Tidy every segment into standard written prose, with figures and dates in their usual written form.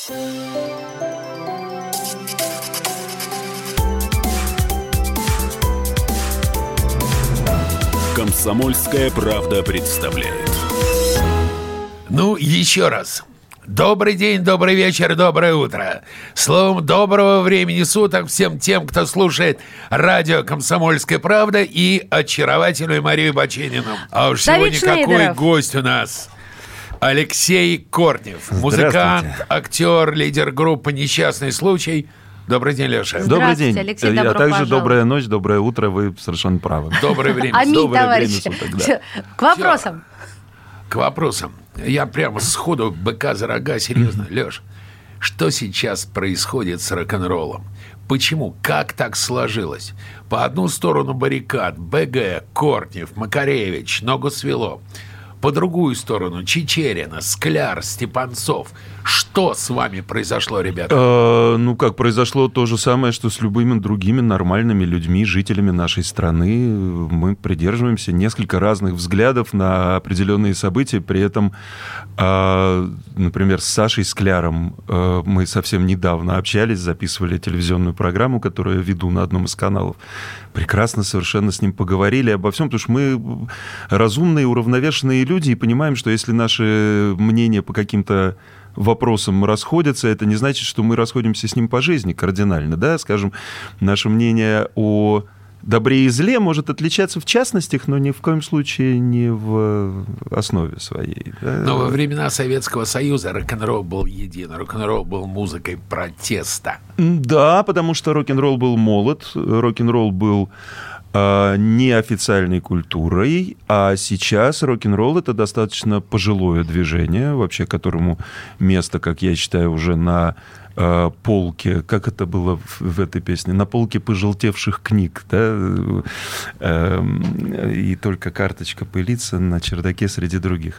«Комсомольская правда» представляет. Ну, еще раз. Добрый день, добрый вечер, доброе утро. Словом, доброго времени суток всем тем, кто слушает радио «Комсомольская правда» и очаровательную Марию Баченину. А уж сегодня какой гость у нас? Алексей Кортнев, музыкант, актер, лидер группы «Несчастный случай». Добрый день, Леша. Добрый день. Алексей, а также добрая ночь, доброе утро. Вы совершенно правы. Доброе время. Аминь, товарищи. К вопросам. К вопросам. Я прямо сходу быка за рога, серьезно. Леш, что сейчас происходит с рок-н-роллом? Почему? Как так сложилось? По одну сторону баррикад БГ, Кортнев, Макаревич, ногу свело. По другую сторону Чичерина, Скляр, Степанцов. Что с вами произошло, ребята? Как произошло то же самое, что с любыми другими нормальными людьми, жителями нашей страны. Мы придерживаемся несколько разных взглядов на определенные события. При этом, например, с Сашей Скляром мы совсем недавно общались, записывали телевизионную программу, которую я веду на одном из каналов. Прекрасно совершенно с ним поговорили обо всем, потому что мы разумные, уравновешенные люди и понимаем, что если наши мнения по каким-то вопросам расходятся, это не значит, что мы расходимся с ним по жизни кардинально, да, скажем, наше мнение о добре и зле может отличаться в частностях, но ни в коем случае не в основе своей. Да? Но во времена Советского Союза рок-н-ролл был един, рок-н-ролл был музыкой протеста. Да, потому что рок-н-ролл был молод, рок-н-ролл был неофициальной культурой, а сейчас рок-н-ролл — это достаточно пожилое движение, вообще которому место, как я считаю, уже на полке, как это было в этой песне, на полке пожелтевших книг, да, и только карточка пылится на чердаке среди других.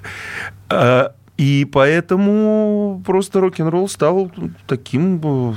И поэтому просто рок-н-ролл стал таким,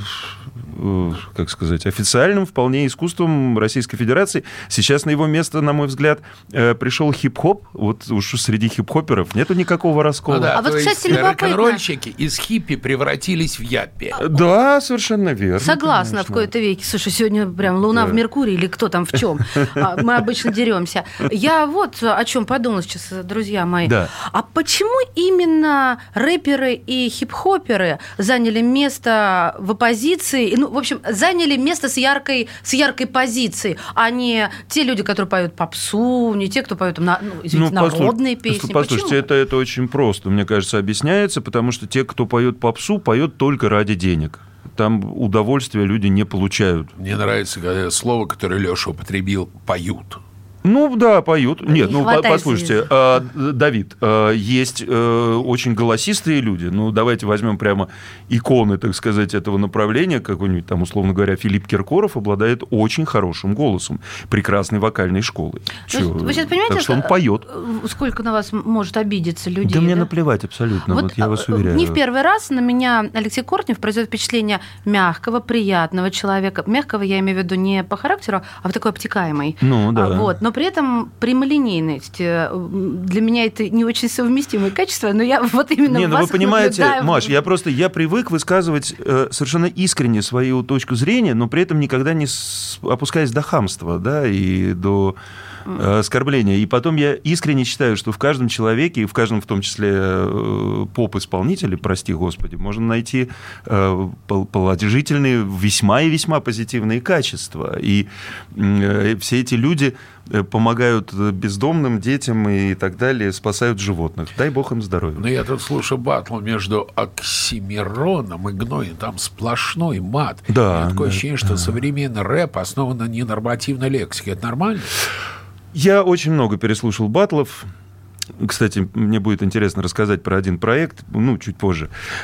как сказать, официальным вполне искусством Российской Федерации. Сейчас на его место, на мой взгляд, пришел хип-хоп. Вот уж среди хип-хоперов нету никакого раскола. Ну да, а вот, кстати, рок-н-ролльщики из хиппи превратились в яппи. Да, совершенно верно. Согласна, конечно. В кои-то веке. Слушай, сегодня прям луна в Меркурии или кто там в чем? Мы обычно деремся. Я вот о чем подумала сейчас, друзья мои. Да. А почему именно рэперы и хип-хоперы заняли место в оппозиции, в общем, заняли место с яркой позицией, а не те люди, которые поют попсу, не те, кто поют народные песни? Послушайте, это очень просто, мне кажется, объясняется, потому что те, кто поет попсу, поют только ради денег. Там удовольствия люди не получают. Мне нравится слово, которое Леша употребил, «поют». Ну, да, поют. Нет, послушайте, языка. Давид, есть очень голосистые люди. Ну, давайте возьмем прямо иконы, так сказать, этого направления. Какой-нибудь там, условно говоря, Филипп Киркоров обладает очень хорошим голосом, прекрасной вокальной школой. Вы сейчас понимаете, так что он поет. Сколько на вас может обидеться людей? Да мне наплевать абсолютно, вот я вас уверяю. Не в первый раз на меня Алексей Кортнев производит впечатление мягкого, приятного человека. Мягкого я имею в виду не по характеру, а в такой обтекаемый. Ну, да. Но при этом прямолинейность. Для меня это не очень совместимые качества, но я вот именно Не, вас вы понимаете, наблюдаю. Маш, я привык высказывать совершенно искренне свою точку зрения, но при этом никогда не опускаясь до хамства, да, и до оскорбления. И потом я искренне считаю, что в каждом человеке, и в каждом, в том числе, поп-исполнителе, прости господи, можно найти положительные, весьма и весьма позитивные качества. И все эти люди помогают бездомным детям и так далее, спасают животных. Дай бог им здоровья. Но я тут слушаю батл между Оксимироном и Гноем. Там сплошной мат. Да, такое ощущение, что современный рэп основан на ненормативной лексике. Это нормально? Я очень много переслушал баттлов. Кстати, мне будет интересно рассказать про один проект, чуть позже.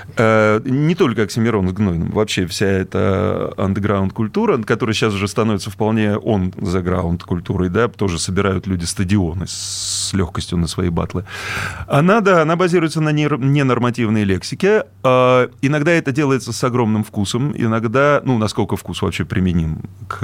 Не только Оксимирон с Гнойным, вообще вся эта андеграунд-культура, которая сейчас уже становится вполне он-за-граунд-культурой, да, тоже собирают люди стадионы с легкостью на свои баттлы. Она базируется на ненормативной лексике. Иногда это делается с огромным вкусом, иногда, насколько вкус вообще применим к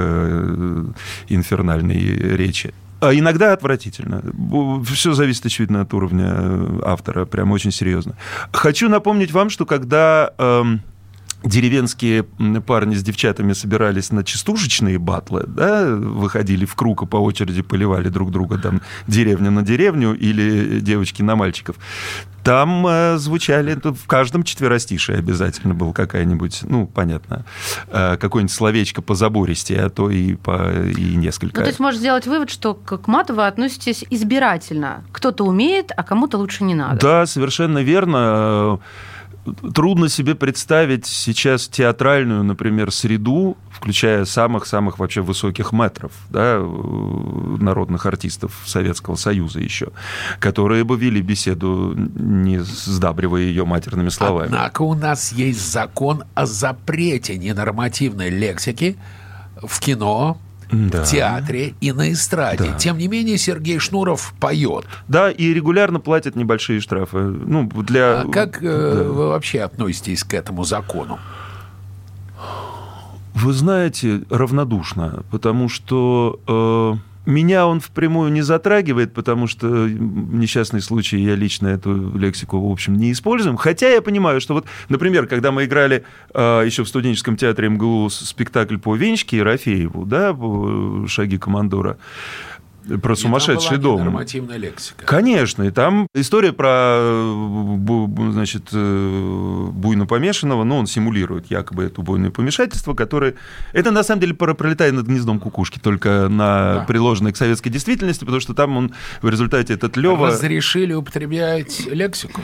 инфернальной речи. А иногда отвратительно. Все зависит, очевидно, от уровня автора, прям очень серьезно. Хочу напомнить вам, что когда деревенские парни с девчатами собирались на частушечные батлы, да, выходили в круг и по очереди поливали друг друга, там, деревня на деревню или девочки на мальчиков. Там звучали, в каждом четверостишее обязательно было какая-нибудь, ну, понятно, какое-нибудь словечко позабористее, а то и несколько. Ну, то есть можно сделать вывод, что к мату вы относитесь избирательно. Кто-то умеет, а кому-то лучше не надо. Да, совершенно верно. Трудно себе представить сейчас театральную, например, среду, включая самых-самых вообще высоких мэтров, да, народных артистов Советского Союза еще, которые бы вели беседу, не сдабривая ее матерными словами. Однако у нас есть закон о запрете ненормативной лексики в кино, да, в театре и на эстраде. Да. Тем не менее, Сергей Шнуров поет. Да, и регулярно платят небольшие штрафы. Ну, А как вы вообще относитесь к этому закону? Вы знаете, равнодушно, потому что меня он впрямую не затрагивает, потому что несчастный случай, я лично эту лексику, в общем, не используем. Хотя я понимаю, что вот, например, когда мы играли еще в студенческом театре МГУ спектакль по Венечке Ерофееву, да, «Шаги командора», про сумасшедший дом. Нормативная лексика. Конечно, и там история про, значит, буйно помешанного, но он симулирует якобы это буйное помешательство, которое... Это, на самом деле, «Пролетая над гнездом кукушки», только приложенное к советской действительности, потому что там он в результате этот Лёва... Разрешили употреблять лексику?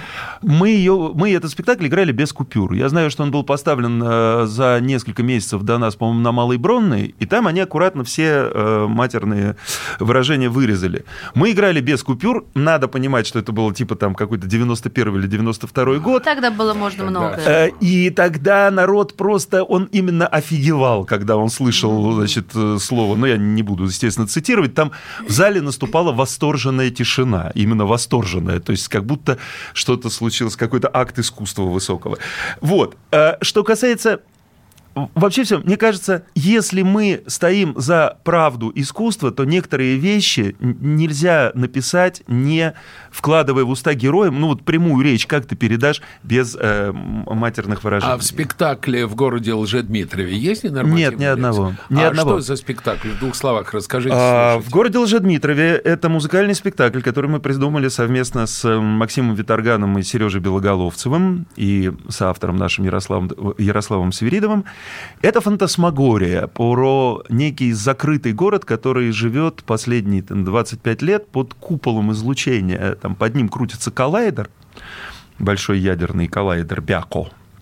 Мы этот спектакль играли без купюр. Я знаю, что он был поставлен за несколько месяцев до нас, по-моему, на Малой Бронной, и там они аккуратно все матерные выражения вырезали. Мы играли без купюр. Надо понимать, что это было типа там какой-то 91 или 92 год. Тогда было можно многое. И тогда народ просто, он именно офигевал, когда он слышал, значит, слово. Но я не буду, естественно, цитировать. Там в зале наступала восторженная тишина. Именно восторженная. То есть как будто что-то случилось, какой-то акт искусства высокого. Вот. Что касается... Вообще все, мне кажется, если мы стоим за правду искусства, то некоторые вещи нельзя написать, не вкладывая в уста героям, ну вот прямую речь, как ты передашь без матерных выражений. А в спектакле в городе Лжедмитрове есть ненормативная лексика? Нет, ни одного. Ни одного. Что за спектакль? В двух словах расскажите. В городе Лжедмитрове это музыкальный спектакль, который мы придумали совместно с Максимом Виторганом и Сережей Белоголовцевым и с автором нашим Ярославом Свиридовым. Это фантасмагория про некий закрытый город, который живет последние 25 лет под куполом излучения. Там под ним крутится коллайдер, большой ядерный коллайдер Бяко,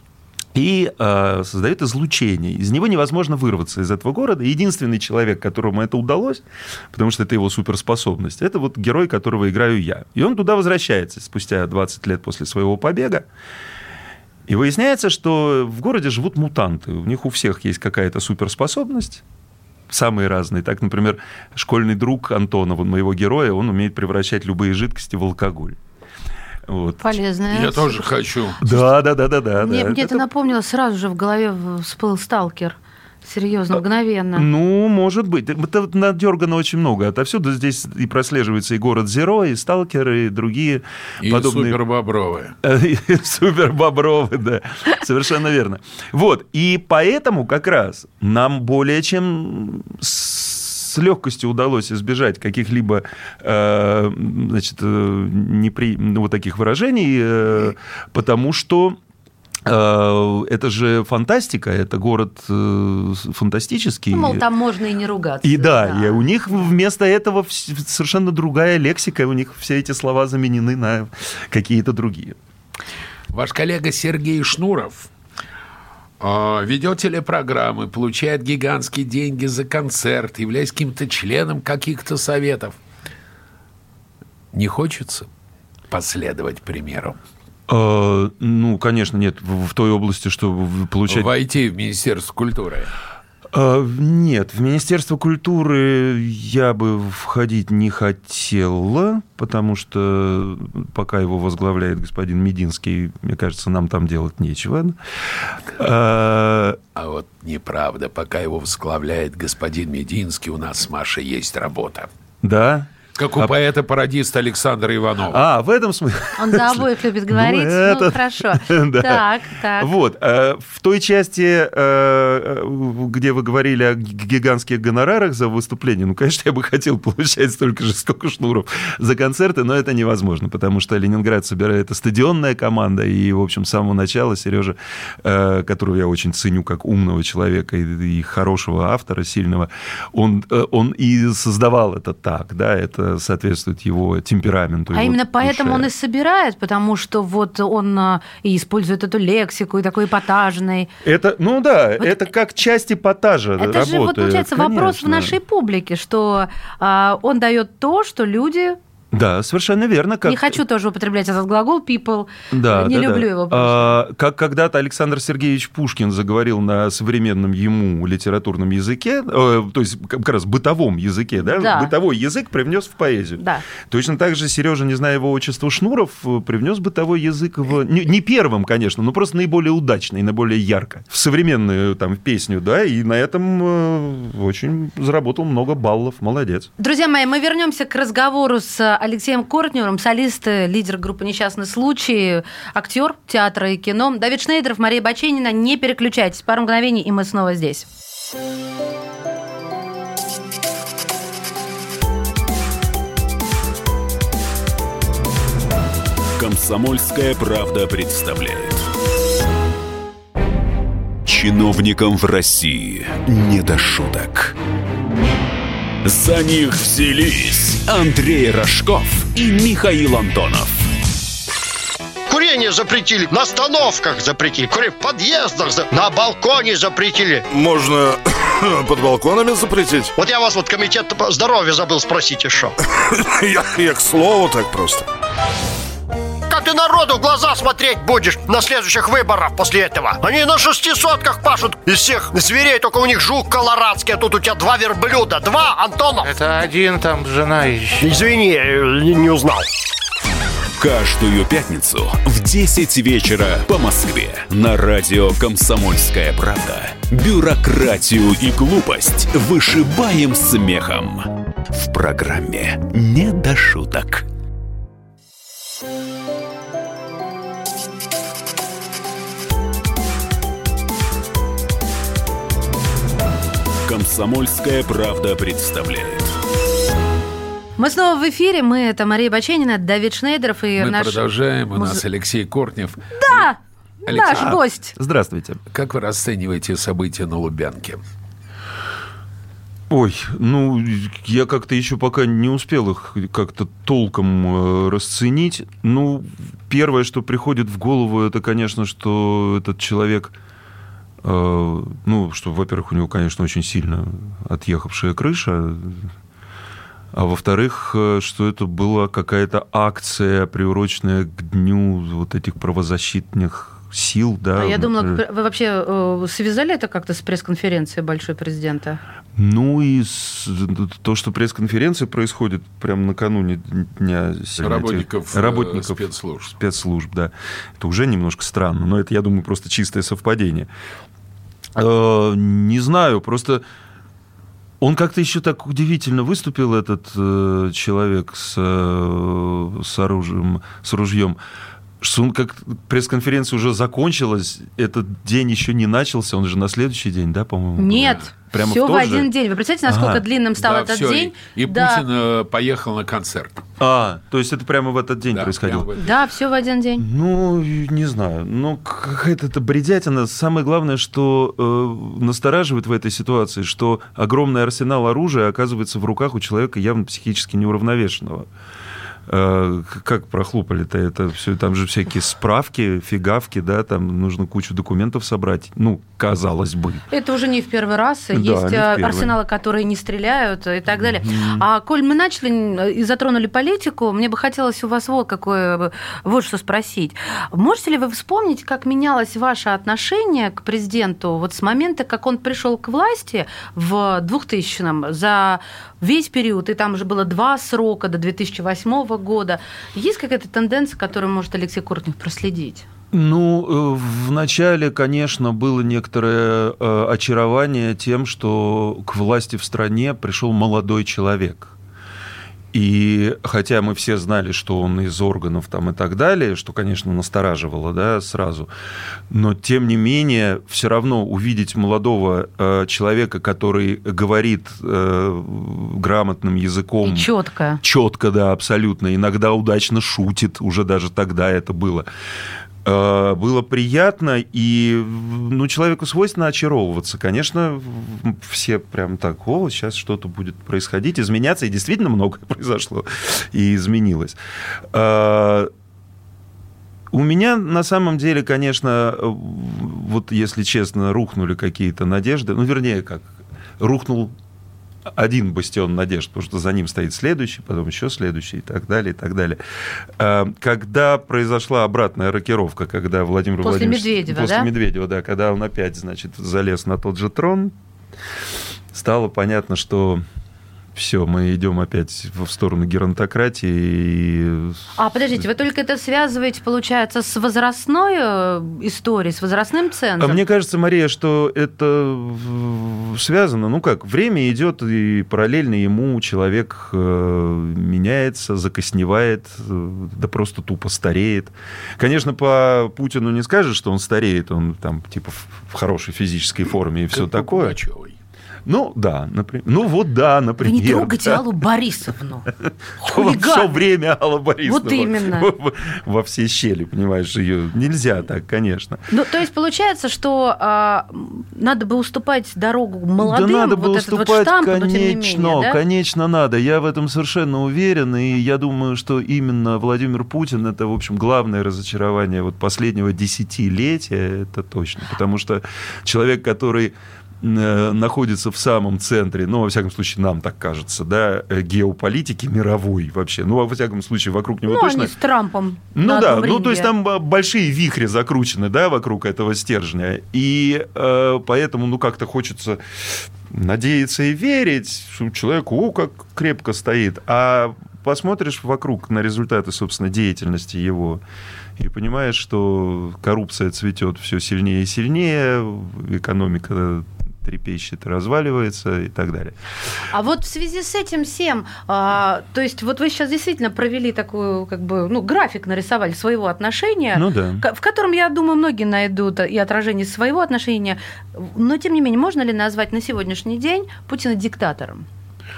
и создает излучение. Из него невозможно вырваться из этого города. Единственный человек, которому это удалось, потому что это его суперспособность, это вот герой, которого играю я. И он туда возвращается спустя 20 лет после своего побега. И выясняется, что в городе живут мутанты. У них у всех есть какая-то суперспособность. Самые разные. Так, например, школьный друг Антона, моего героя, он умеет превращать любые жидкости в алкоголь. Вот. Полезно. Я тоже хочу. Да. Мне это напомнило, сразу же в голове всплыл «Сталкер». Серьезно, мгновенно. Ну, может быть. Это надергано очень много. Отовсюду здесь и прослеживается и город Зеро, и Сталкеры, и другие и подобные... Супербобровы. Супербобровы, да. Совершенно верно. Вот. И поэтому как раз нам более чем с легкостью удалось избежать каких-либо значит, вот таких выражений, потому что это же фантастика, это город фантастический. Ну, мол, там можно и не ругаться. И да, и у них вместо этого совершенно другая лексика, у них все эти слова заменены на какие-то другие. Ваш коллега Сергей Шнуров ведет телепрограммы, получает гигантские деньги за концерт, являясь каким-то членом каких-то советов. Не хочется последовать примеру? Ну, конечно, нет. В той области, чтобы получать... Войти в Министерство культуры? Нет, в Министерство культуры я бы входить не хотел, потому что пока его возглавляет господин Мединский, мне кажется, нам там делать нечего. А вот неправда. Пока его возглавляет господин Мединский, у нас с Машей есть работа. Да? Как у поэта-пародиста Александра Иванова. В этом смысле. Он до обоих любит говорить. Ну, хорошо. Да. Так. Вот. В той части, где вы говорили о гигантских гонорарах за выступление, конечно, я бы хотел получать столько же, сколько Шнуров за концерты, но это невозможно, потому что Ленинград собирает стадионная команда, и, в общем, с самого начала Сережа, которого я очень ценю как умного человека и хорошего автора, сильного, он и создавал это так, да, это соответствует его темпераменту. А именно поэтому он и собирает, потому что вот он и использует эту лексику, и такой эпатажный. Это, это как часть эпатажа работает. Это же, вот, получается, вопрос в нашей публике, что он дает то, что люди... Да, совершенно верно. Не хочу тоже употреблять этот глагол people, не люблю его. Как когда-то Александр Сергеевич Пушкин заговорил на современном ему литературном языке, то есть как раз бытовом языке, да? Бытовой язык привнес в поэзию. Да. Точно так же Сережа, не зная его отчества, Шнуров, привнес бытовой язык не первым, конечно, но просто наиболее удачно и наиболее ярко в современную там песню, да, и на этом очень заработал много баллов. Молодец. Друзья мои, мы вернемся к разговору с Алексеем Кортнером, солист, лидер группы «Несчастный случай», актер театра и кино. Давид Шнейдеров, Мария Баченина. Не переключайтесь. Пару мгновений, и мы снова здесь. «Комсомольская правда» представляет. Чиновникам в России не до шуток. За них взялись Андрей Рожков и Михаил Антонов. Курение запретили, на остановках запретили, курение в подъездах, на балконе запретили. Можно под балконами запретить? Вот я вас комитет здоровья забыл спросить еще. Я к слову так просто. Как ты народу в глаза смотреть будешь на следующих выборах после этого? Они на 600-ках пашут из всех зверей, только у них жук колорадский, а тут у тебя 2 верблюда. 2, Антонов. Это один, там жена еще. Извини, не узнал. Каждую пятницу в 10 вечера по Москве на радио «Комсомольская правда». Бюрократию и глупость вышибаем смехом. В программе «Не до шуток». «Комсомольская правда» представляет. Мы снова в эфире. Это Мария Баченина, Давид Шнейдеров и мы продолжаем. У нас Алексей Кортнев. Да, Алексей, наш гость. Здравствуйте. Как вы расцениваете события на Лубянке? Ой, я как-то еще пока не успел их как-то толком расценить. Первое, что приходит в голову, это, конечно, что этот человек... что, во-первых, у него, конечно, очень сильно отъехавшая крыша, а во-вторых, что это была какая-то акция, приуроченная к дню вот этих правозащитных сил. Да. Я думала, вы вообще связали это как-то с пресс-конференцией большой президента? И то, что пресс-конференция происходит прямо накануне дня работников спецслужб, да. Это уже немножко странно, но это, я думаю, просто чистое совпадение. Не знаю, просто он как-то еще так удивительно выступил, этот человек с ружьем, что он как пресс-конференция уже закончилась, этот день еще не начался, он же на следующий день, да, по-моему? Нет, прямо все в один день. Вы представляете, насколько длинным стал этот день? И Путин поехал на концерт. То есть это прямо в этот день происходило? Да, все в один день. Не знаю. Какая-то бредятина. Самое главное, что настораживает в этой ситуации, что огромный арсенал оружия оказывается в руках у человека явно психически неуравновешенного. Как прохлопали-то это все? Там же всякие справки, фигавки, да, там нужно кучу документов собрать. Казалось бы. Это уже не в первый раз. Есть арсеналы, которые не стреляют и так далее. А коль мы начали и затронули политику, мне бы хотелось у вас вот что спросить. Можете ли вы вспомнить, как менялось ваше отношение к президенту вот с момента, как он пришел к власти в 2000-м, за весь период, и там уже было 2 срока до 2008 года. Есть какая-то тенденция, которую может Алексей Кортнев проследить? Вначале, конечно, было некоторое очарование тем, что к власти в стране пришел молодой человек. И хотя мы все знали, что он из органов там и так далее, что, конечно, настораживало, да, сразу, но, тем не менее, все равно увидеть молодого человека, который говорит грамотным языком. И четко. Четко, да, абсолютно. Иногда удачно шутит, уже даже тогда это было. Было приятно, и человеку свойственно очаровываться. Конечно, все прям так, сейчас что-то будет происходить, изменяться, и действительно многое произошло и изменилось. У меня, на самом деле, конечно, вот если честно, рухнули какие-то надежды, рухнул один бастион надежд, потому что за ним стоит следующий, потом еще следующий и так далее, и так далее. Когда произошла обратная рокировка, когда Владимир Владимирович... После Медведева, да, когда он опять, залез на тот же трон, стало понятно, что все, мы идем опять в сторону геронтократии. Подождите, вы только это связываете, получается, с возрастной историей, с возрастным цензом? Мне кажется, Мария, что это связано, время идет, и параллельно ему человек меняется, закосневает, да просто тупо стареет. Конечно, по Путину не скажешь, что он стареет, он там типа в хорошей физической форме и все такое. Пугачёвой. Например. Вы не трогайте Аллу Борисовну. Все время Алла Борисовна. Вот именно. Во все щели, понимаешь, ее нельзя так, конечно. То есть получается, что надо бы уступать дорогу молодым, да надо бы уступать, штамп, конечно, но тем не менее, да? Конечно, надо. Я в этом совершенно уверен, и я думаю, что именно Владимир Путин — это, в общем, главное разочарование последнего десятилетия, это точно. Потому что человек, который находится в самом центре, во всяком случае, нам так кажется, да, геополитики мировой вообще. Во всяком случае, вокруг него точно... они с Трампом. То есть там большие вихри закручены, да, вокруг этого стержня. И поэтому, как-то хочется надеяться и верить, что человек, как крепко стоит. А посмотришь вокруг на результаты, собственно, деятельности его, и понимаешь, что коррупция цветет все сильнее и сильнее, экономика трепещет, разваливается и так далее. А вот в связи с этим всем, то есть вот вы сейчас действительно провели такую, график нарисовали своего отношения, в котором, я думаю, многие найдут и отражение своего отношения, но, тем не менее, можно ли назвать на сегодняшний день Путина диктатором?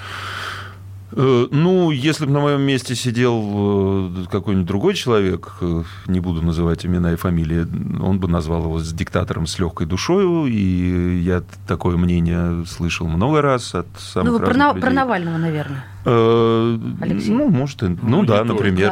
Если бы на моем месте сидел какой-нибудь другой человек, не буду называть имена и фамилии, он бы назвал его диктатором с легкой душой, и я такое мнение слышал много раз от самых разных людей. Про Навального, наверное. Алексей. Может, например,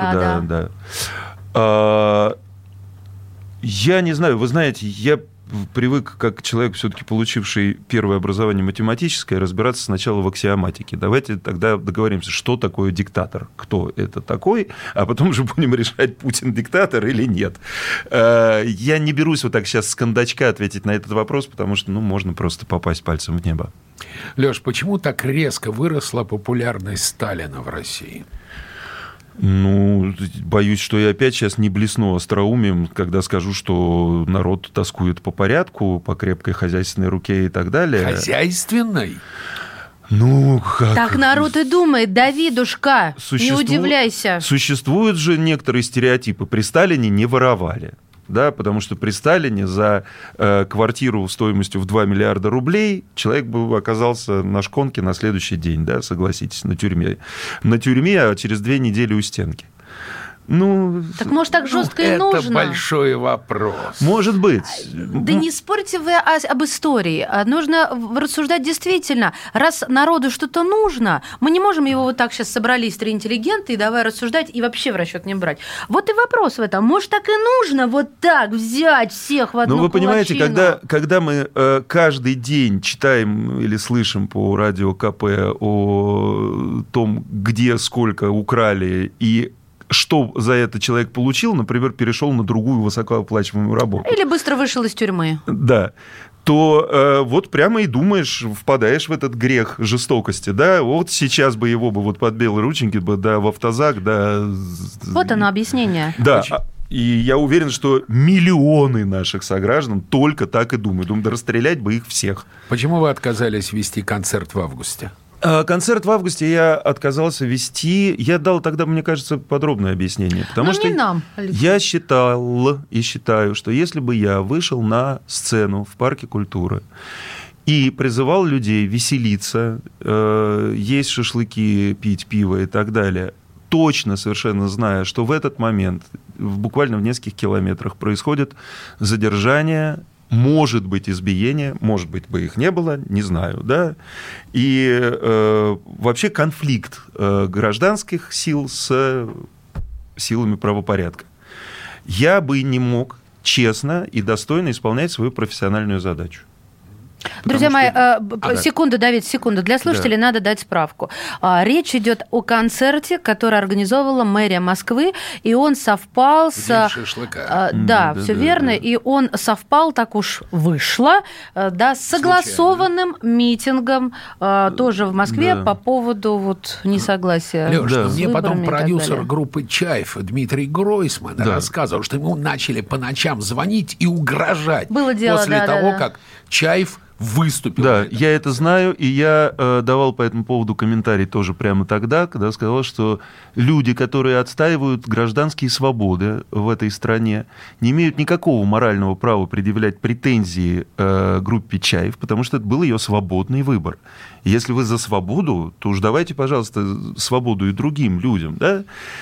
да. Я не знаю, вы знаете, я привык, как человек, все-таки получивший первое образование математическое, разбираться сначала в аксиоматике. Давайте тогда договоримся, что такое диктатор, кто это такой, а потом уже будем решать, Путин диктатор или нет. Я не берусь вот так сейчас с кондачка ответить на этот вопрос, потому что можно просто попасть пальцем в небо. Лёш, почему так резко выросла популярность Сталина в России? Боюсь, что я опять сейчас не блесну остроумием, когда скажу, что народ тоскует по порядку, по крепкой хозяйственной руке и так далее. Хозяйственной? Как? Так народ и думает, Давидушка, не удивляйся. Существуют же некоторые стереотипы. При Сталине не воровали. Да, потому что при Сталине за квартиру стоимостью в 2 миллиарда рублей человек бы оказался на шконке на следующий день, да, согласитесь, на тюрьме. На тюрьме, а через 2 недели у стенки. Так может, так жестко и нужно? Это большой вопрос. Может быть. Да не спорьте вы об истории. Нужно рассуждать действительно. Раз народу что-то нужно, мы не можем его вот так сейчас собрались 3 интеллигента и давай рассуждать и вообще в расчет не брать. Вот и вопрос в этом. Может, так и нужно вот так взять всех в одну вы понимаете, кулачину? когда мы каждый день читаем или слышим по радио КП о том, где сколько украли и что за это человек получил, например, перешел на другую высокооплачиваемую работу. Или быстро вышел из тюрьмы. Да. То вот прямо и думаешь, впадаешь в этот грех жестокости, да, вот сейчас бы его под белые рученьки, в автозак, да. Вот оно объяснение. Да. И я уверен, что миллионы наших сограждан только так и думают. Думают, да расстрелять бы их всех. Почему вы отказались вести концерт в августе? Концерт в августе я отказался вести. Я дал тогда, мне кажется, подробное объяснение. Потому что не нам, Алексей. я считал и считаю, что если бы я вышел на сцену в Парке культуры и призывал людей веселиться, есть шашлыки, пить пиво и так далее, точно совершенно зная, что в этот момент буквально в нескольких километрах происходит задержание, может быть, избиение, может быть, бы их не было, не знаю, да, и вообще конфликт гражданских сил с силами правопорядка. Я бы не мог честно и достойно исполнять свою профессиональную задачу. Друзья мои, секунду, Давид, секунду. Для слушателей надо дать справку. Речь идет о концерте, который организовывала мэрия Москвы, и он совпал с... День шашлыка. Да, все верно. И он совпал, так уж вышло, да, с согласованным митингом тоже в Москве по поводу вот несогласия. Лёш, с мне потом выборами и так продюсер далее. группы «Чайф» Дмитрий Гройсман рассказывал, что ему начали по ночам звонить и угрожать. Было дело, после да, того, да. как «Чайф» выступил. Да, я это знаю, и я давал по этому поводу комментарий тоже прямо тогда, когда сказал, что люди, которые отстаивают гражданские свободы в этой стране, не имеют никакого морального права предъявлять претензии группе «Чайф», потому что это был ее свободный выбор. И если вы за свободу, то уж давайте, пожалуйста, свободу и другим людям, да?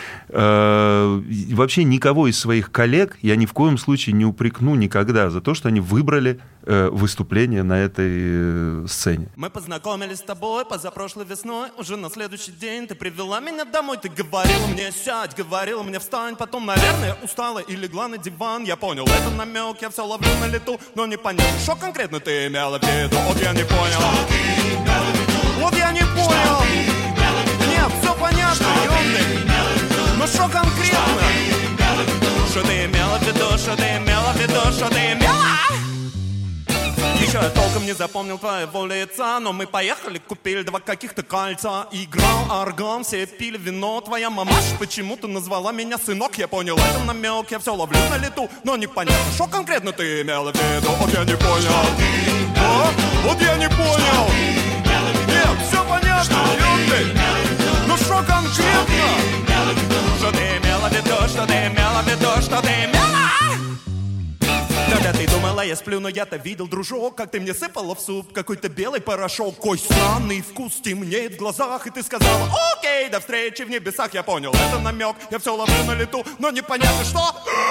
Вообще никого из своих коллег я ни в коем случае не упрекну никогда за то, что они выбрали выступление на этой сцене. Мы познакомились с тобой позапрошлой весной. Уже на следующий день ты привела меня домой. Ты говорила мне сядь, говорила мне встань. Потом, наверное, устала и легла на диван. Я понял, это намек, я все ловлю на лету. Но не понятно, что конкретно ты имела в виду. Вот я не понял. Вот я не понял. Нет, все понятно, ёмный. Но что конкретно? Что ты имела в виду, что ты имела в виду, что ты имела? Еще я толком не запомнил твоего лица, но мы поехали, купили 2 каких-то кольца. Играл орган, все пили вино. Твоя мамаша почему-то назвала меня сынок. Я понял, это намек, я все ловлю на лету. Но непонятно, что конкретно ты имела в виду. Вот я не понял. Вот я не понял. Нет, все понятно, ёпты. Ну что конкретно? Что ты имела в виду, что ты имела в виду, что ты имела? Когда ты думала, я сплю, но я-то видел, дружок, как ты мне сыпала в суп какой-то белый порошок. Кой странный вкус темнеет в глазах, и ты сказала: окей, до встречи в небесах. Я понял, это намек, я все ловлю на лету, но непонятно что.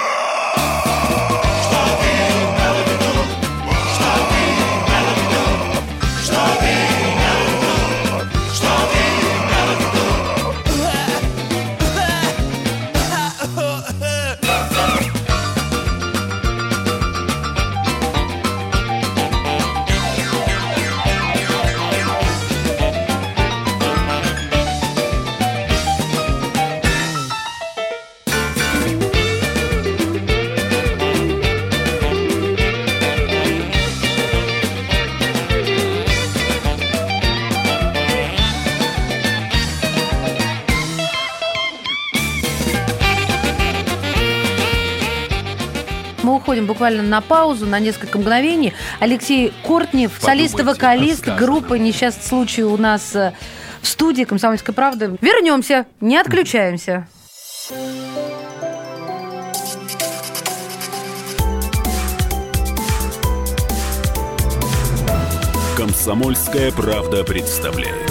Что ты имела в виду? Что ты имела в виду? Что ты имела в виду? Что ты имела в виду? Мы уходим буквально на паузу, на несколько мгновений. Алексей Кортнев, солист и вокалист группы «Несчастный случай» у нас в студии «Комсомольской правды». Вернемся, не отключаемся. «Комсомольская правда» представляет.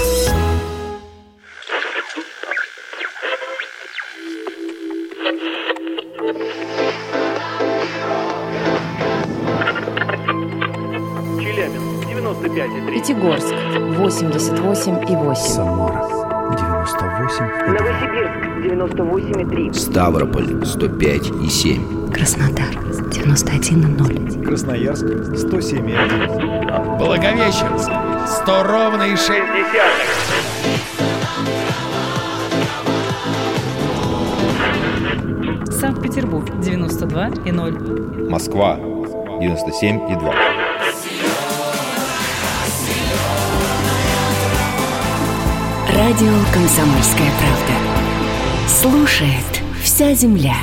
Челябинск, 95,3. Пятигорск, 88,8. Самара, 98,2. Новосибирск, 98,3. Ставрополь, 105,7. Краснодар, 91,0. Красноярск, 107,1. Благовещенск, 100 ровно и 6. Санкт-Петербург, 92,0. Москва, 97,2. Радио «Комсомольская правда». Слушает вся земля.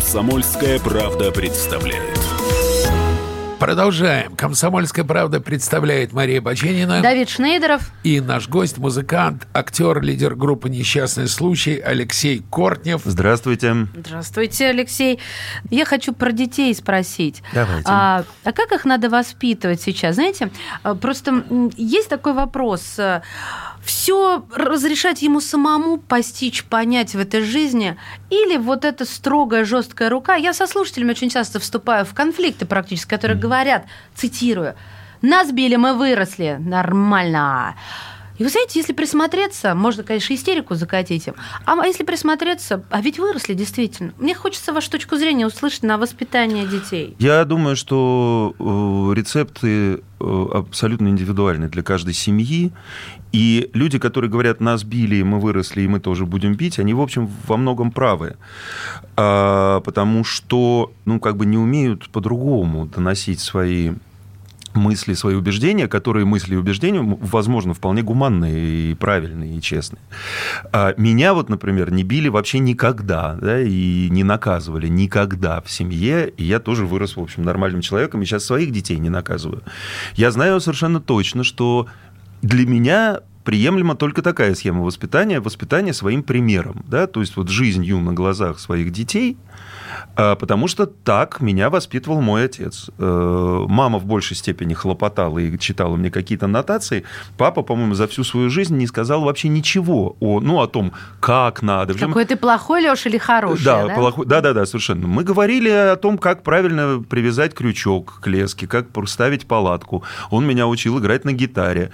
«Комсомольская правда» представляет. Продолжаем. «Комсомольская правда» представляет Мария Баченина. Давид Шнейдеров. И наш гость, музыкант, актер, лидер группы «Несчастный случай» Алексей Кортнев. Здравствуйте. Здравствуйте, Алексей. Я хочу про детей спросить. Давайте. А как их надо воспитывать сейчас? Знаете, просто есть такой вопрос. Все разрешать ему самому постичь, понять в этой жизни, или вот эта строгая, жесткая рука? Я со слушателями очень часто вступаю в конфликты практически, которые говорят, цитирую, «Нас били, мы выросли, нормально». И вы знаете, если присмотреться, можно, конечно, истерику закатить им, а если присмотреться, а ведь выросли действительно. Мне хочется вашу точку зрения услышать на воспитание детей. Я думаю, что рецепты абсолютно индивидуальны для каждой семьи. И люди, которые говорят, нас били, мы выросли, и мы тоже будем бить, они, в общем, во многом правы. Потому что, не умеют по-другому доносить свои мысли, свои убеждения, которые мысли и убеждения, возможно, вполне гуманные и правильные, и честные. Меня например, не били вообще никогда, да, и не наказывали никогда в семье, и я тоже вырос, в общем, нормальным человеком, и сейчас своих детей не наказываю. Я знаю совершенно точно, что для меня приемлема только такая схема воспитания своим примером, да, то есть жизнью на глазах своих детей, потому что так меня воспитывал мой отец. Мама в большей степени хлопотала и читала мне какие-то нотации. Папа, по-моему, за всю свою жизнь не сказал вообще ничего о том, как надо. Какой ты плохой, Лёша, или хороший? Да, плохой. Да, совершенно. Мы говорили о том, как правильно привязать крючок к леске, как ставить палатку. Он меня учил играть на гитаре.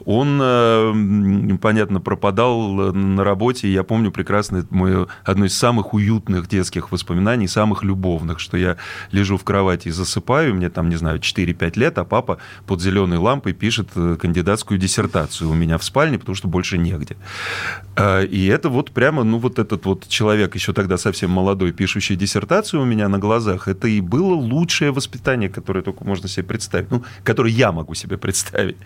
Он, понятно, пропадал на работе. Я помню прекрасно одно из самых уютных детских воспоминаний, самых любовных, что я лежу в кровати и засыпаю, мне 4-5 лет, а папа под зеленой лампой пишет кандидатскую диссертацию у меня в спальне, потому что больше негде. И это прямо, этот человек, еще тогда совсем молодой, пишущий диссертацию у меня на глазах, это и было лучшее воспитание, которое только можно себе представить, которое я могу себе представить.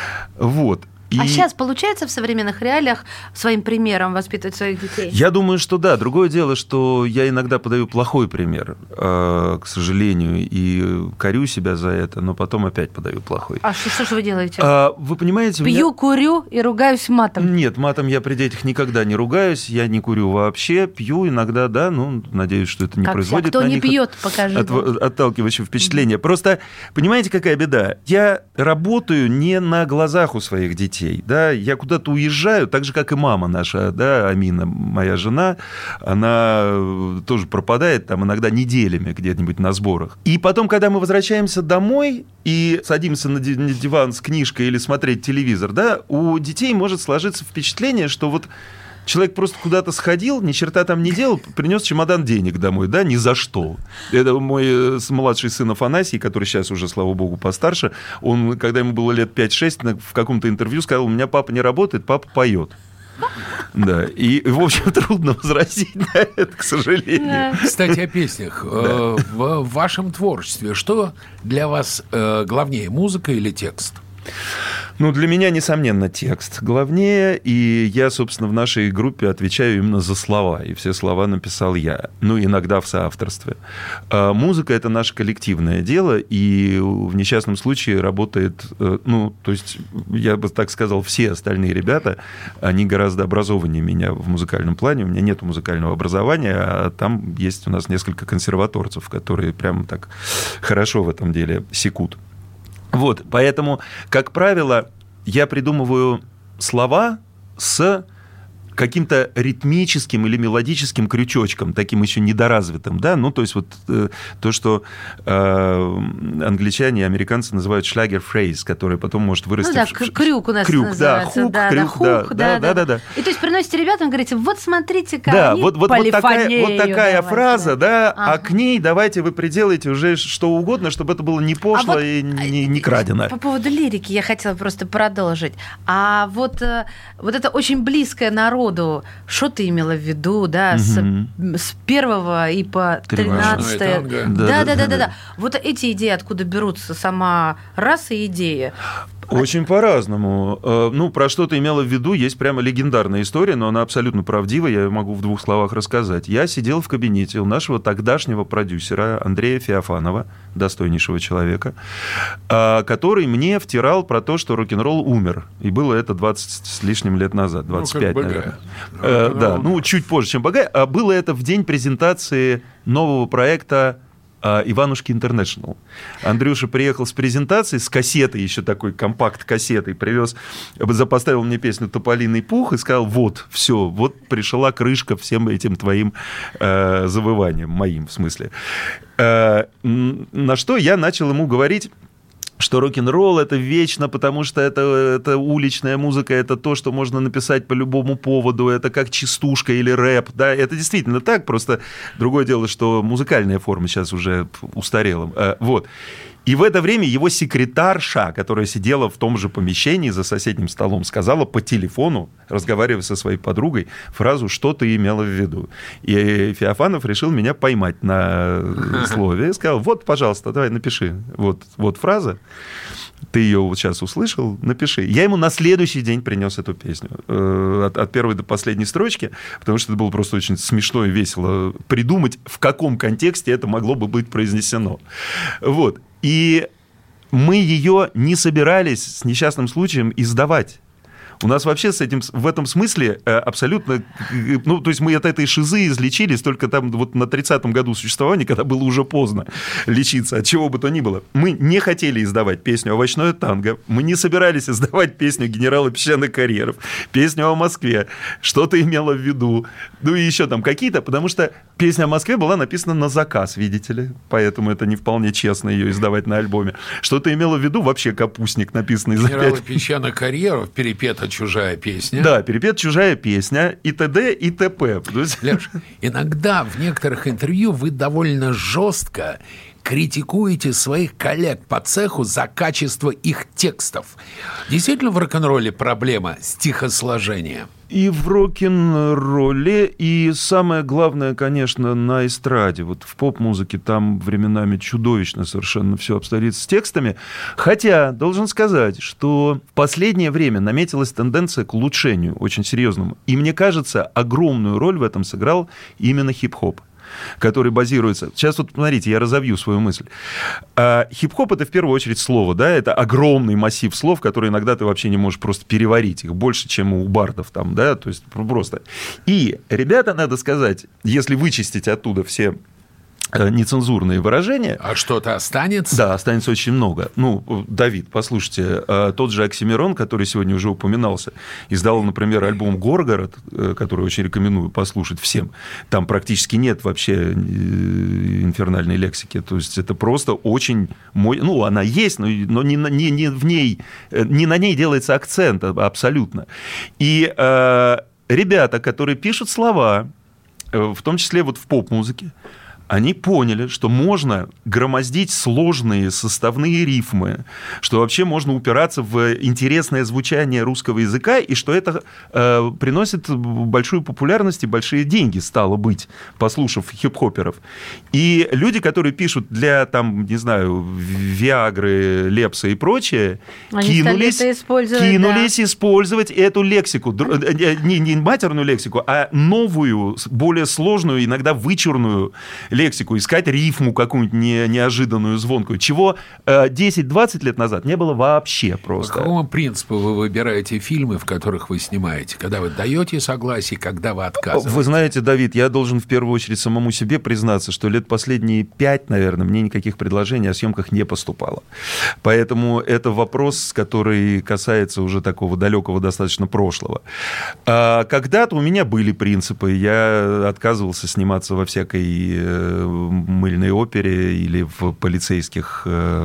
А сейчас получается в современных реалиях своим примером воспитывать своих детей? Я думаю, что да. Другое дело, что я иногда подаю плохой пример, к сожалению, и корю себя за это, но потом опять подаю плохой. А что же вы делаете? Вы понимаете... Пью, курю и ругаюсь матом. Нет, матом я при детях никогда не ругаюсь, я не курю вообще, пью иногда, да, надеюсь, что это не производит кто на не них пьет, покажи. Отталкивающее впечатление. Просто, понимаете, какая беда? Я работаю не на глазах у своих детей. Да, я куда-то уезжаю, так же, как и мама наша, да, Амина, моя жена, она тоже пропадает там иногда неделями где-нибудь на сборах. И потом, когда мы возвращаемся домой и садимся на диван с книжкой или смотреть телевизор, да, у детей может сложиться впечатление, что человек просто куда-то сходил, ни черта там не делал, принес чемодан денег домой, да, ни за что. Это мой младший сын Афанасий, который сейчас уже, слава богу, постарше, он, когда ему было лет 5-6, в каком-то интервью сказал, у меня папа не работает, папа поет. Да, и, в общем, трудно возразить на это, к сожалению. Кстати, о песнях. В вашем творчестве что для вас главнее, музыка или текст? Для меня, несомненно, текст главнее, и я, собственно, в нашей группе отвечаю именно за слова, и все слова написал я, иногда в соавторстве. Музыка – это наше коллективное дело, и в несчастном случае работает, то есть, я бы так сказал, все остальные ребята, они гораздо образованнее меня в музыкальном плане, у меня нет музыкального образования, а там есть у нас несколько консерваторцев, которые прямо так хорошо в этом деле секут. Поэтому, как правило, я придумываю слова с каким-то ритмическим или мелодическим крючочком, таким еще недоразвитым, да, то есть то, что англичане и американцы называют шлягер-фрейз, который потом может вырасти в... крюк у нас называется. Хук, да. И то есть приносите ребятам, говорите, смотрите-ка, да, они такая фраза, да, а к ней давайте вы приделаете уже что угодно, чтобы это было не пошло и не крадено. По поводу лирики я хотела просто продолжить. А это очень близкое народу. Что ты имела в виду, да, с 1 и по 13. Да. Вот эти идеи откуда берутся, сама раса и идея. Очень по-разному. Ну, про что ты имела в виду, есть прямо легендарная история, но она абсолютно правдивая, я могу в 2 словах рассказать. Я сидел в кабинете у нашего тогдашнего продюсера Андрея Феофанова, достойнейшего человека, который мне втирал про то, что рок-н-ролл умер. И было это 20 с лишним лет назад, 25, наверное. Да, ну, чуть позже, чем Багай. А было это в день презентации нового проекта Иванушки Интернешнл. Андрюша приехал с презентацией, с кассетой, еще такой компакт-кассетой, привез, поставил мне песню «Тополиный пух» и сказал: вот, все, вот пришла крышка всем этим твоим завываниям, моим в смысле. На что я начал ему говорить, что рок-н-ролл — это вечно, потому что это уличная музыка, это то, что можно написать по любому поводу, это как частушка или рэп, да, это действительно так, просто другое дело, что музыкальная форма сейчас уже устарела, вот. И в это время его секретарша, которая сидела в том же помещении за соседним столом, сказала по телефону, разговаривая со своей подругой, фразу «что ты имела в виду?». И Феофанов решил меня поймать на слове и сказал: вот, пожалуйста, давай напиши. Вот фраза. Ты ее вот сейчас услышал, напиши. Я ему на следующий день принес эту песню. От первой до последней строчки, потому что это было просто очень смешно и весело придумать, в каком контексте это могло бы быть произнесено. Вот. И мы ее не собирались с несчастным случаем издавать. У нас вообще с этим, в этом смысле абсолютно... Ну, то есть мы от этой шизы излечились только там вот на 30-м году существования, когда было уже поздно лечиться, от чего бы то ни было. Мы не хотели издавать песню «Овощное танго», мы не собирались издавать песню «Генерала песчаных карьеров», песню о Москве, что-то имела в виду, ну и еще там какие-то, потому что песня о Москве была написана на заказ, видите ли, поэтому это не вполне честно ее издавать на альбоме. Что-то имела в виду вообще капустник, написанный за 5... «Генерала песчаных карьеров», перепета чужая песня. Да, перепет чужая песня, и т.д. и т.п. Леш, иногда в некоторых интервью вы довольно жестко критикуете своих коллег по цеху за качество их текстов. Действительно в рок-н-ролле проблема стихосложения? И в рок-н-ролле, и самое главное, конечно, на эстраде. Вот в поп-музыке там временами чудовищно совершенно все обстоит с текстами. Хотя, должен сказать, что в последнее время наметилась тенденция к улучшению очень серьезному. И мне кажется, огромную роль в этом сыграл именно хип-хоп, который базируется... Сейчас вот, смотрите, я разовью свою мысль. Хип-хоп — это в первую очередь слово, да, это огромный массив слов, которые иногда ты вообще не можешь просто переварить, их больше, чем у бардов там, да, то есть просто. И ребята, надо сказать, если вычистить оттуда все нецензурные выражения... А что-то останется? Да, останется очень много. Ну, Давид, послушайте, тот же Оксимирон, который сегодня уже упоминался, издал, например, альбом «Горгород», который очень рекомендую послушать всем. Там практически нет вообще инфернальной лексики. То есть это просто очень... Ну, она есть, но не в ней... Не на ней делается акцент абсолютно. И ребята, которые пишут слова, в том числе вот в поп-музыке, они поняли, что можно громоздить сложные составные рифмы, что вообще можно упираться в интересное звучание русского языка, и что это приносит большую популярность и большие деньги, стало быть, послушав хип-хоперов. И люди, которые пишут для, там, не знаю, Виагры, Лепса и прочее, кинулись использовать эту лексику. Не матерную лексику, а новую, более сложную, иногда вычурную лексику, искать рифму какую-нибудь неожиданную, звонкую, чего 10-20 лет назад не было вообще просто. По какому принципу вы выбираете фильмы, в которых вы снимаете? Когда вы даете согласие, когда вы отказываете? Вы знаете, Давид, я должен в первую очередь самому себе признаться, что лет последние 5, наверное, мне никаких предложений о съемках не поступало. Поэтому это вопрос, который касается уже такого далекого достаточно прошлого. Когда-то у меня были принципы, я отказывался сниматься во всякой мыльной опере или в полицейских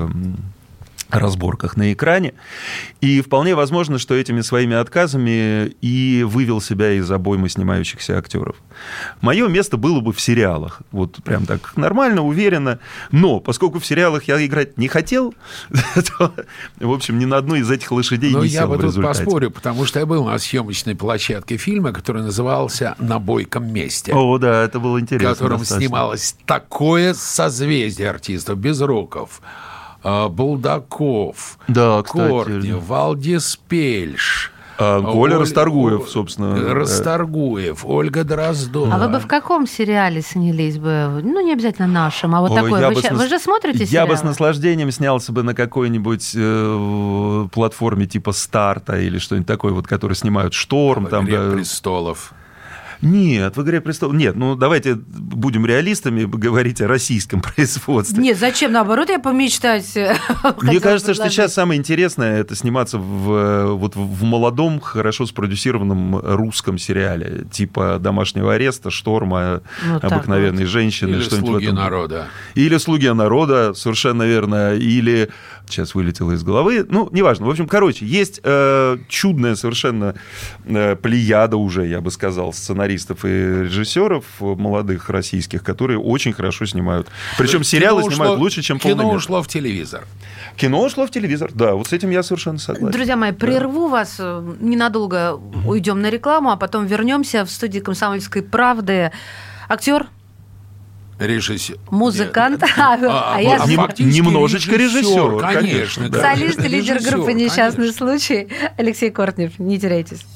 разборках на экране. И вполне возможно, что этими своими отказами и вывел себя из обоймы снимающихся актеров. Мое место было бы в сериалах. Вот прям так нормально, уверенно. Но поскольку в сериалах я играть не хотел, то, в общем, ни на одной из этих лошадей не сел в результате. Но я бы тут поспорю, потому что я был на съемочной площадке фильма, который назывался «На бойком месте». О, да, это было интересно. В котором снималось такое созвездие артистов: Безруков, Булдаков, Да, кстати. Кортнев, Валдис Пельш. Коля Расторгуев, собственно. Расторгуев, Ольга Дроздова. А вы бы в каком сериале снялись бы? Ну, не обязательно нашем, а вот такой. Вы же смотрите сериалы? Я бы с наслаждением снялся бы на какой-нибудь платформе типа «Старта» или что-нибудь такое, вот, который снимают «Шторм». «Игре престолов». Нет, в «Игре престолов». Нет, ну давайте будем реалистами, говорить о российском производстве. Нет, зачем? Наоборот, я помечтать. Мне кажется, что сейчас самое интересное — это сниматься в молодом, хорошо спродюсированном русском сериале, типа «Домашнего ареста», «Шторма», «Обыкновенные женщины». Или «Слуги народа». Или «Слуги народа», совершенно верно. Или... Сейчас вылетело из головы. Ну, неважно. В общем, короче, есть чудная совершенно плеяда уже, я бы сказал, сценаристов и режиссеров молодых российских, которые очень хорошо снимают. Причем сериалы снимают лучше, чем полный мир. Кино ушло в телевизор. Кино ушло в телевизор, да. Вот с этим я совершенно согласен. Друзья мои, прерву вас. Ненадолго уйдем на рекламу, а потом вернемся в студии «Комсомольской правды». Актер, режиссер. Музыкант. Немножечко режиссер, конечно. Солист и лидер группы «Несчастный случай» Алексей Кортнев. Не теряйтесь.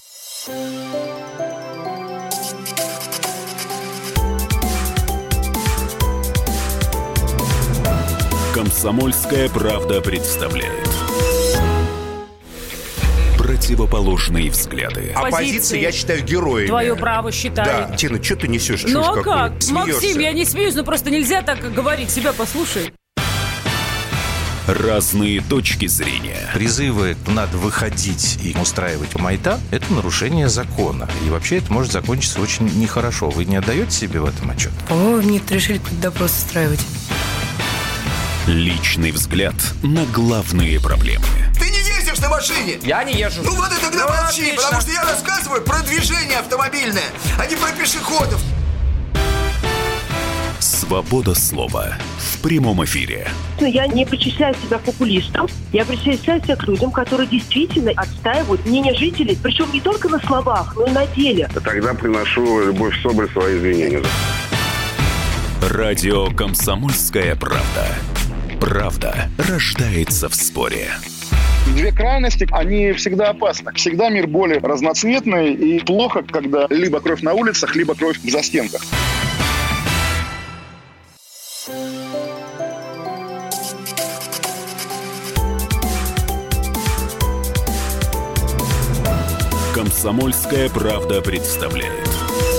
«Комсомольская правда» представляет. Противоположные взгляды. Оппозиция, я считаю, героями. Твое право считаю. Да, Тина, что ты несешь? Ну а как? Максим, я не смеюсь, но просто нельзя так говорить. Себя послушай. Разные точки зрения. Призывы «надо выходить и устраивать майдан» — это нарушение закона. И вообще это может закончиться очень нехорошо. Вы не отдаете себе в этом отчет? По-моему, некоторые решили допрос устраивать. Личный взгляд на главные проблемы. Ты не ездишь на машине? Я не езжу. Ну вот и тогда молчи, потому что я рассказываю про движение автомобильное, а не про пешеходов. Свобода слова в прямом эфире. Я не причисляю себя к популистам, я причисляю себя к людям, которые действительно отстаивают мнение жителей, причем не только на словах, но и на деле. Тогда приношу Любовь Соболь свои извинения. Радио «Комсомольская правда». Правда рождается в споре. Две крайности, они всегда опасны. Всегда мир более разноцветный, и плохо, когда либо кровь на улицах, либо кровь в застенках. «Комсомольская правда» представляет.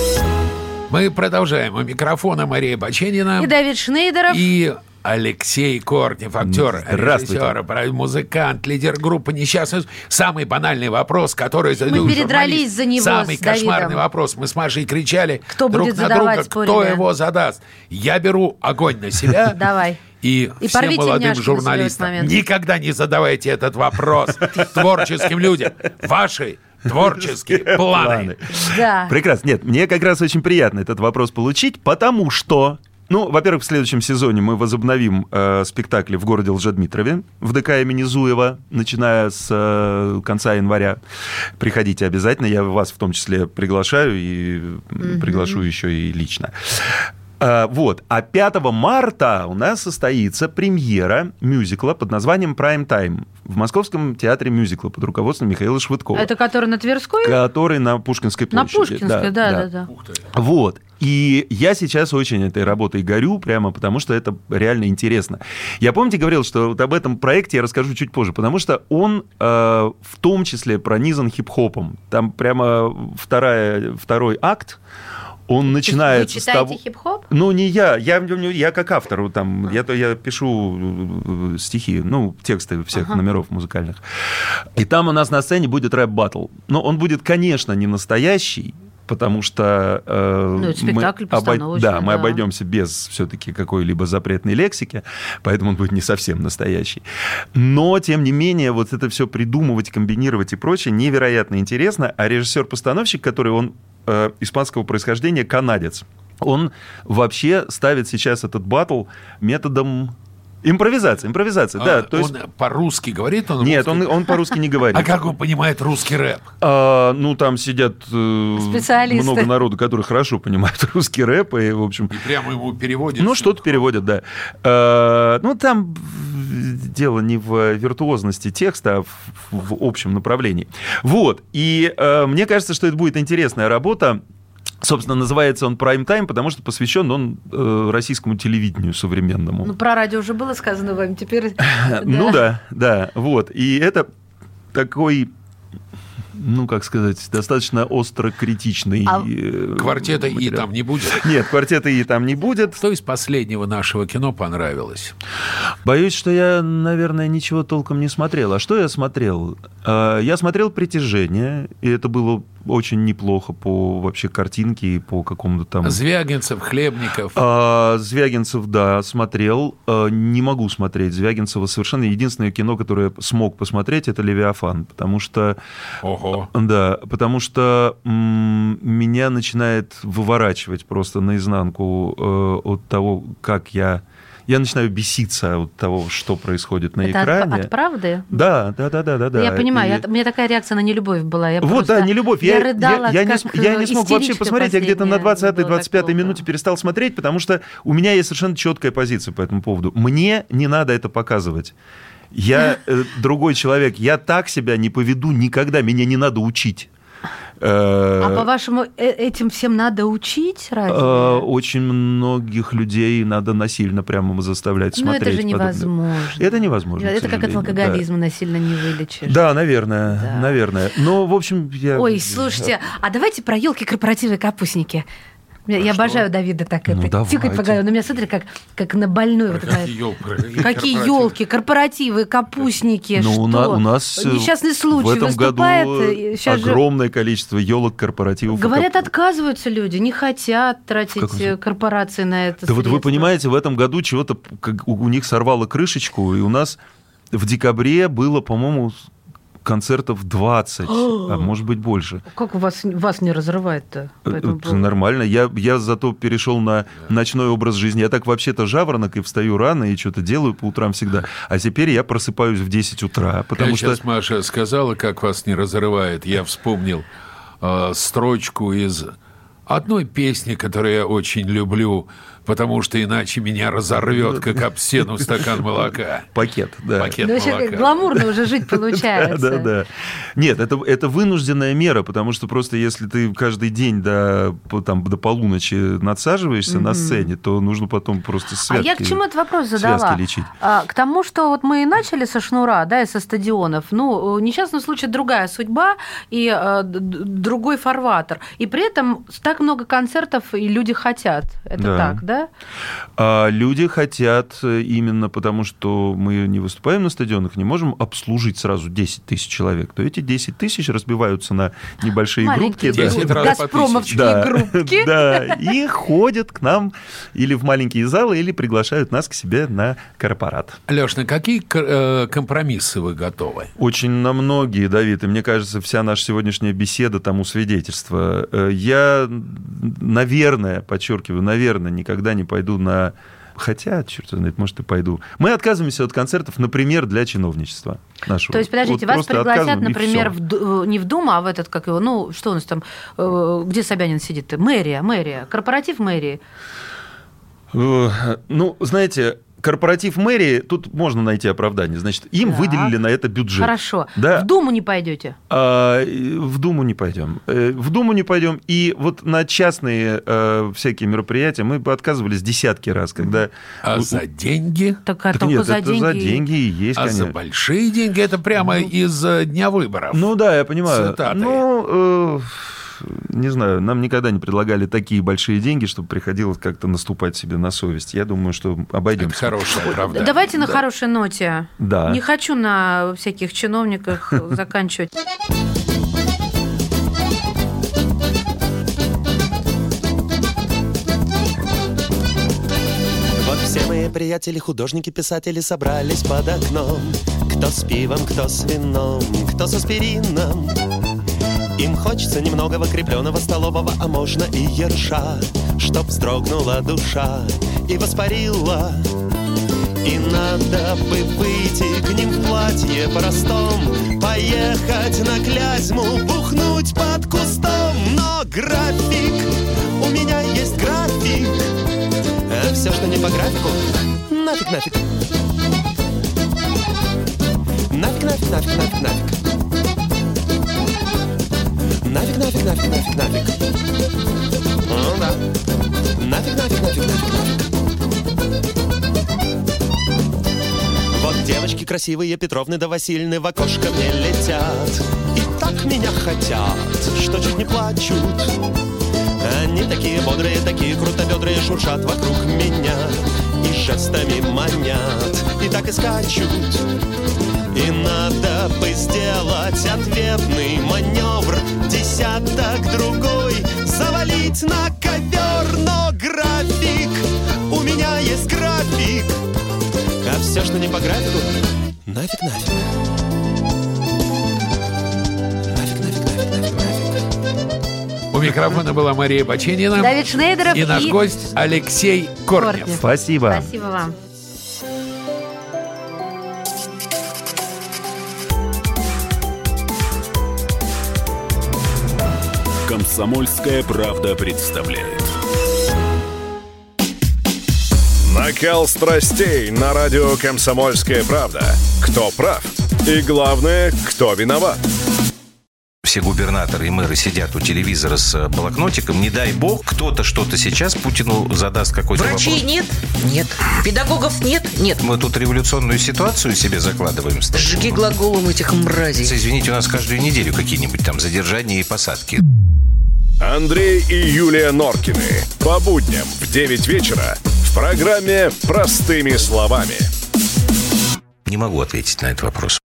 Мы продолжаем. У микрофона Мария Баченина. И Давид Шнейдеров. И Алексей Кортнев, актер, режиссер, музыкант, лидер группы «Несчастный». Самый банальный вопрос, который задают Мы передрались за него самый с Давидом. кошмарный вопрос. Мы с Машей кричали кто друг будет на задавать, друга, спорили. кто его задаст. Я беру огонь на себя. Давай. И всем молодым журналистам никогда не задавайте этот вопрос творческим людям. Ваши творческие планы. Да. Прекрасно. Нет, мне как раз очень приятно этот вопрос получить, потому что... Ну, во-первых, в следующем сезоне мы возобновим спектакли в городе Лжедмитрове в ДК имени Зуева, начиная с конца января. Приходите обязательно, я вас в том числе приглашаю и приглашу еще и лично. Вот. А 5 марта у нас состоится премьера мюзикла под названием «Prime Time» в Московском театре мюзикла под руководством Михаила Швыдкова. Это который на Тверской? Который на Пушкинской площади. На Пушкинской, да. Вот. И я сейчас очень этой работой горю, прямо потому что это реально интересно. Я, помните, говорил, что вот об этом проекте я расскажу чуть позже, потому что он в том числе пронизан хип-хопом. Там прямо второй акт, он начинается с того... Вы читаете хип-хоп? Ну, не я как автор, там, я пишу стихи, ну, тексты всех номеров музыкальных. И там у нас на сцене будет рэп-баттл. Но он будет, конечно, не настоящий, потому что это спектакль постановочный, мы обойдемся без все-таки какой-либо запретной лексики, поэтому он будет не совсем настоящий. Но, тем не менее, вот это все придумывать, комбинировать и прочее невероятно интересно. А режиссер-постановщик, который он испанского происхождения, канадец, он вообще ставит сейчас этот баттл методом Импровизация, да. То есть... Он по-русски говорит? Нет, он по-русски не говорит. А как он понимает русский рэп? Там сидят специалисты. Много народу, которые хорошо понимают русский рэп, и, в общем... И прямо ему переводят? Что-то переводят, да. Там дело не в виртуозности текста, а в общем направлении. Вот. И мне кажется, что это будет интересная работа. Собственно, называется он «Prime Time», потому что посвящен он российскому телевидению современному. Про радио уже было сказано вами, теперь... Да. Вот. И это такой... как сказать, достаточно остро критичный. Квартета И там не будет? Нет, квартета И там не будет. Что из последнего нашего кино понравилось? Боюсь, что я, наверное, ничего толком не смотрел. А что я смотрел? Я смотрел «Притяжение», и это было очень неплохо по вообще картинке и по какому-то там... Звягинцев, Хлебников. Звягинцев, да, смотрел. Не могу смотреть Звягинцева совершенно. Единственное кино, которое я смог посмотреть, это «Левиафан», потому что... Ого. Да, потому что меня начинает выворачивать просто наизнанку от того, как я начинаю беситься от того, что происходит на экране. От правды? Да. Я понимаю, у меня такая реакция на нелюбовь была. Нелюбовь. Я рыдала, я не смог вообще посмотреть, я где-то на 20-25 минуте перестал смотреть, потому что у меня есть совершенно четкая позиция по этому поводу. Мне не надо это показывать. Я другой человек, я так себя не поведу никогда, меня не надо учить. А по-вашему, этим всем надо учить? Разве? Очень многих людей надо насильно прямо заставлять смотреть. Но это же невозможно. Это невозможно. Это как от алкоголизма, насильно не вылечишь. Да, наверное. Но, в общем, я... Ой, слушайте, а давайте про елки, корпоративы, капустники. Я обожаю Давида так это. Тикать по голове. На меня смотри, как на больную. Какие елки, корпоративы, капустники, что? У нас несчастный случай в этом выступает. Году огромное количество елок, корпоративов. Говорят, отказываются люди, не хотят тратить корпорации на это. Да вот вы понимаете, в этом году чего-то у них сорвало крышечку, и у нас в декабре было, по-моему, концертов 20, а может быть больше. Как вас не разрывает-то? Нормально. Я зато перешел на ночной образ жизни. Я так вообще-то жаворонок и встаю рано, и что-то делаю по утрам всегда. А теперь я просыпаюсь в 10 утра. Потому что... Сейчас Маша сказала, как вас не разрывает. Я вспомнил строчку из одной песни, которую я очень люблю, потому что иначе меня разорвет, как об стену стакан молока. Пакет, да. Пакет молока. Гламурно уже жить получается. Да. Нет, это вынужденная мера, потому что просто если ты каждый день до полуночи надсаживаешься на сцене, то нужно потом просто связки лечить. А я к чему этот вопрос задала? К тому, что вот мы и начали со шнура, да, и со стадионов. Несчастный случай, другая судьба и другой фарватер. И при этом так много концертов, и люди хотят. Это так, да? Люди хотят именно потому, что мы не выступаем на стадионах, не можем обслужить сразу 10 тысяч человек. То эти 10 тысяч разбиваются на небольшие группки. Газпромовские группки. Да, и ходят к нам или в маленькие залы, или приглашают нас к себе на корпорат. Лёш, на какие компромиссы вы готовы? Очень на многие, Давид. И мне кажется, вся наша сегодняшняя беседа тому свидетельство. Я, наверное, подчеркиваю, никогда не пойду на... Хотя, черт знает, может, и пойду. Мы отказываемся от концертов, например, для чиновничества нашего. То есть, подождите, вас пригласят, например, не в Думу, а в этот, как его, что у нас там, где Собянин сидит? Мэрия, корпоратив мэрии. Знаете... Корпоратив мэрии, тут можно найти оправдание. Значит, им выделили на это бюджет. Хорошо. Да. В Думу не пойдете? В Думу не пойдем. И вот на частные всякие мероприятия мы бы отказывались десятки раз, когда... За деньги? Так нет, за это за деньги и есть, конечно. За большие деньги? Это прямо из дня выборов? Да, я понимаю. Не знаю, нам никогда не предлагали такие большие деньги, чтобы приходилось как-то наступать себе на совесть. Я думаю, что обойдемся. Это хорошая правда. Давайте на хорошей ноте. Да. Не хочу на всяких чиновниках заканчивать. Вот все мои приятели, художники, писатели собрались под окном. Кто с пивом, кто с вином, кто с аспирином. Им хочется немного крепленого столового, а можно и ерша, чтоб вздрогнула душа и воспарила. И надо бы выйти к ним в платье простом, поехать на Клязьму, бухнуть под кустом. Но график, у меня есть график, а все, что не по графику, нафиг, нафиг. Нафиг, нафиг, нафиг, нафиг, нафиг. Нафиг, нафиг, нафиг, нафиг, нафиг. Ну да. Нафиг, нафиг, нафиг, нафиг, нафиг. Вот девочки красивые, Петровны да Васильны, в окошко мне летят. И так меня хотят, что чуть не плачут. Они такие бодрые, такие крутобедрые, шуршат вокруг меня и жестами манят, и так и скачут. И надо бы сделать ответный маневр, десяток другой завалить на ковер. Но график, у меня есть график, а все, что не по графику, нафиг, нафиг. Нафиг, нафиг, нафиг, нафиг, нафиг. У микрофона была Мария Баченина, Давид Шнейдеров и наш гость Алексей Корнев. Спасибо. Спасибо вам. «Комсомольская правда» представляет. Накал страстей на радио «Комсомольская правда». Кто прав? И главное, кто виноват? Все губернаторы и мэры сидят у телевизора с блокнотиком. Не дай бог, кто-то что-то сейчас Путину задаст какой-то вопрос. Врачей нет? Нет. Педагогов нет? Нет. Мы тут революционную ситуацию себе закладываем. Жги глаголом этих мразей. Извините, у нас каждую неделю какие-нибудь там задержания и посадки. Андрей и Юлия Норкины. По будням в 9 вечера в программе «Простыми словами». Не могу ответить на этот вопрос.